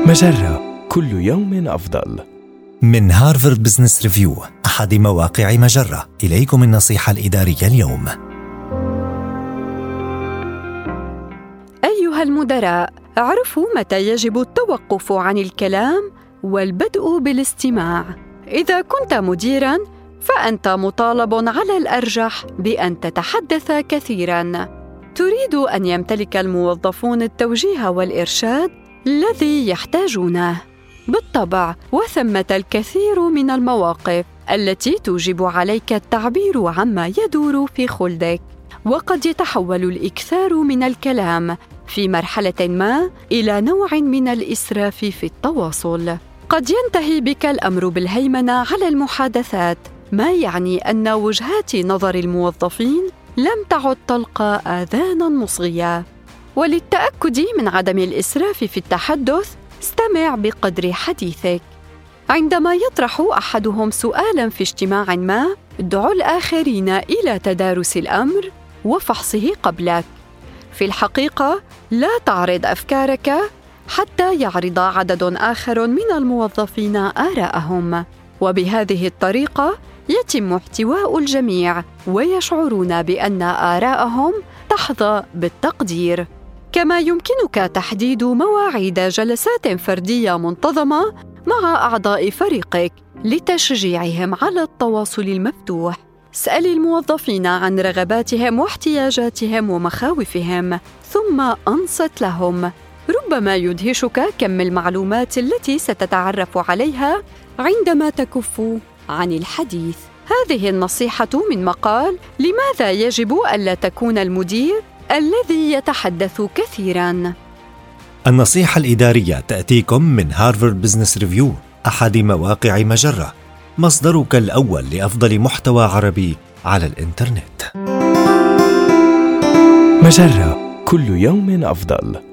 مجرة، كل يوم أفضل. من هارفارد بزنس ريفيو، أحد مواقع مجرة، إليكم النصيحة الإدارية اليوم. أيها المدراء، اعرفوا متى يجب التوقف عن الكلام والبدء بالاستماع. إذا كنت مديراً، فأنت مطالب على الأرجح بأن تتحدث كثيراً. تريد أن يمتلك الموظفون التوجيه والإرشاد الذي يحتاجونه. بالطبع، وثمة الكثير من المواقف التي توجب عليك التعبير عما يدور في خلدك، وقد يتحول الإكثار من الكلام في مرحلة ما إلى نوع من الإسراف في التواصل. قد ينتهي بك الأمر بالهيمنة على المحادثات، ما يعني أن وجهات نظر الموظفين لم تعد تلقى آذاناً مصغية. وللتأكد من عدم الإسراف في التحدث، استمع بقدر حديثك. عندما يطرح أحدهم سؤالاً في اجتماع ما، ادع الآخرين إلى تدارس الأمر وفحصه قبلك. في الحقيقة، لا تعرض أفكارك حتى يعرض عدد آخر من الموظفين آراءهم، وبهذه الطريقة يتم احتواء الجميع ويشعرون بأن آراءهم تحظى بالتقدير. كما يمكنك تحديد مواعيد جلسات فردية منتظمة مع أعضاء فريقك لتشجيعهم على التواصل المفتوح. اسأل الموظفين عن رغباتهم واحتياجاتهم ومخاوفهم، ثم أنصت لهم. ربما يدهشك كم المعلومات التي ستتعرف عليها عندما تكف عن الحديث. هذه النصيحة من مقال لماذا يجب ألا تكون المدير الذي يتحدث كثيراً. النصيحة الإدارية تأتيكم من هارفارد بزنس ريفيو، أحد مواقع مجرة، مصدرك الأول لأفضل محتوى عربي على الإنترنت. مجرة، كل يوم أفضل.